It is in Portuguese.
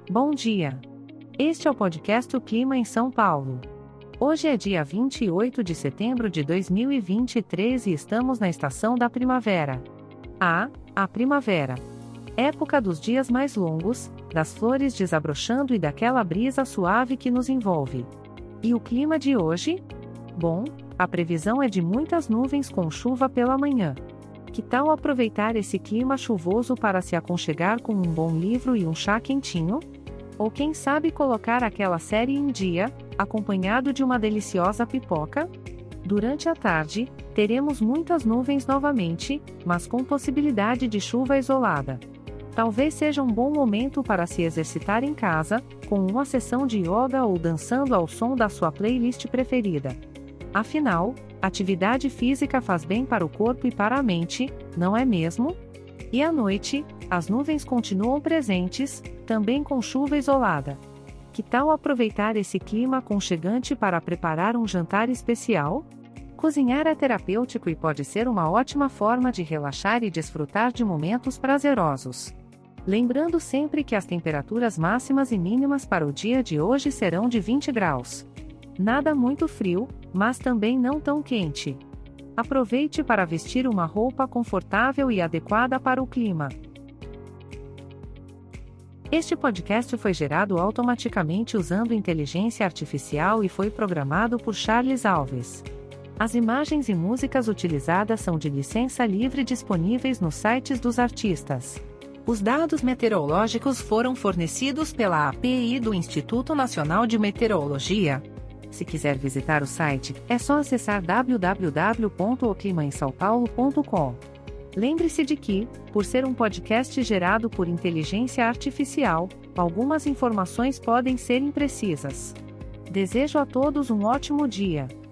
Bom dia! Este é o podcast O Clima em São Paulo. Hoje é dia 28 de setembro de 2023 e estamos na estação da primavera. A primavera. Época dos dias mais longos, das flores desabrochando e daquela brisa suave que nos envolve. E o clima de hoje? Bom, a previsão é de muitas nuvens com chuva pela manhã. Que tal aproveitar esse clima chuvoso para se aconchegar com um bom livro e um chá quentinho? Ou quem sabe colocar aquela série em dia, acompanhado de uma deliciosa pipoca? Durante a tarde, teremos muitas nuvens novamente, mas com possibilidade de chuva isolada. Talvez seja um bom momento para se exercitar em casa, com uma sessão de yoga ou dançando ao som da sua playlist preferida. Afinal, atividade física faz bem para o corpo e para a mente, não é mesmo? E à noite, as nuvens continuam presentes, também com chuva isolada. Que tal aproveitar esse clima aconchegante para preparar um jantar especial? Cozinhar é terapêutico e pode ser uma ótima forma de relaxar e desfrutar de momentos prazerosos. Lembrando sempre que as temperaturas máximas e mínimas para o dia de hoje serão de 20 graus. Nada muito frio, mas também não tão quente. Aproveite para vestir uma roupa confortável e adequada para o clima. Este podcast foi gerado automaticamente usando inteligência artificial e foi programado por Charles Alves. As imagens e músicas utilizadas são de licença livre disponíveis nos sites dos artistas. Os dados meteorológicos foram fornecidos pela API do Instituto Nacional de Meteorologia. Se quiser visitar o site, é só acessar www.oclimaemsaopaulo.com. Lembre-se de que, por ser um podcast gerado por inteligência artificial, algumas informações podem ser imprecisas. Desejo a todos um ótimo dia.